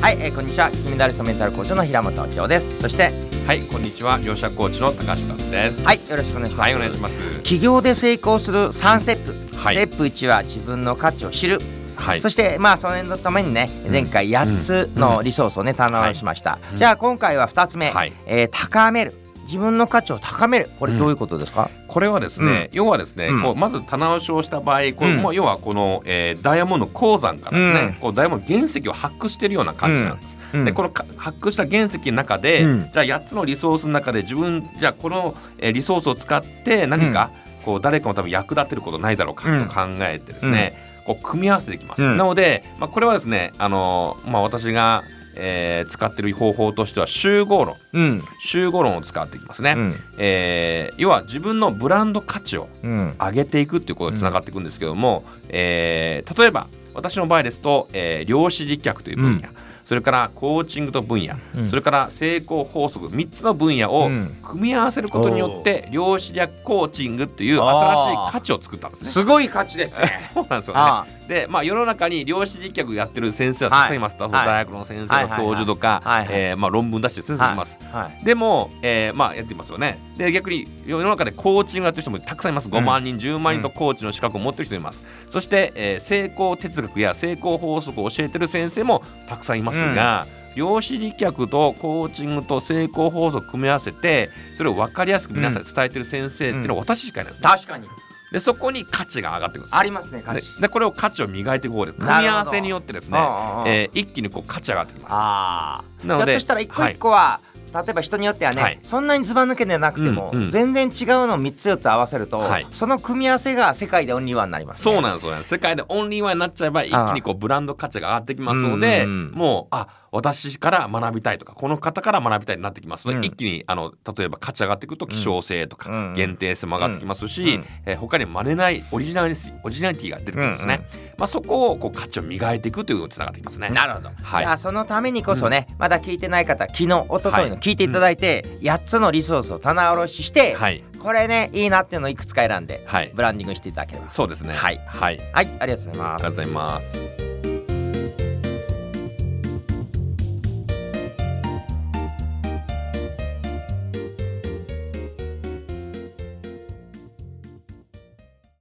はい、こんにちは。金メダリストメンタルコーチの平本明夫です。そしてはい、こんにちは。両者コーチの高橋和です。 はい、よろしくお願いします。 はい、お願いします。 起業で成功する3ステップ、 はい、 ステップ1は自分の価値を知る、 はい、 そしてそのためにね、前回8つのリソースをね棚卸しました、じゃあ今回は2つ目、 はい、 高める、自分の価値を高める。これどういうことですか？ これはですね、要はですね、こうまず棚卸しをした場合、要はこの、ダイヤモンド鉱山からですね、こうダイヤモンド原石を発掘しているような感じなんです、でこの発掘した原石の中で、じゃあ8つのリソースの中でじゃあこの、リソースを使って何か、こう誰かのために役立てることないだろうかと考えてですね、こう組み合わせていきます、なので、これはですね、私が使っている方法としては集合論を使っていきますね、要は自分のブランド価値を上げていくっていうことにつながっていくんですけども、例えば私の場合ですと、量子力学という分野、それからコーチングと分野、それから成功法則、3つの分野を組み合わせることによって、量子力コーチングっていう新しい価値を作ったんですね。 すごい価値ですね。 そうなんですよね。で、世の中に量子力学やってる先生はたくさんいます。大学の先生の教授とか論文出してる先生います、でも、やってますよね。で逆に世の中でコーチングやってる人もたくさんいます。5万人10万人とコーチの資格を持ってる人います。そして、成功哲学や成功法則を教えてる先生もたくさんいますが、量子力学とコーチングと成功法則を組み合わせて、それを分かりやすく皆さんに伝えてる先生っていうのは私しかいないです、ね。 確かに。でそこに価値が上がってくるんです。 ありますね、価値。 でこれを価値を磨いていく方で組み合わせによってですね、一気にこう価値上がってきます。なのでひょっとしたら一個一個は、例えば人によってはね、そんなにずば抜けでなくても、全然違うのを3つ4つ合わせると、その組み合わせが世界でオンリーワンになりますね。 そうなんですよね。世界でオンリーワンになっちゃえば一気にこうブランド価値が上がってきますので、もう私から学びたいとかこの方から学びたいになってきますので、一気に例えば価値上がっていくと希少性とか限定性も上がってきますし、他に真似ないオリジナリティが出てくるんですね。そこをこう価値を磨いていくというのにつながってきますね。 なるほど。じゃあそのためにこそね、まだ聞いてない方、昨日一昨日の聞いていただいて、8つのリソースを棚卸しして、これねいいなっていうのをいくつか選んで、ブランディングしていただければ。 そうですね。 はい、ありがとうございます。 ありがとうございます。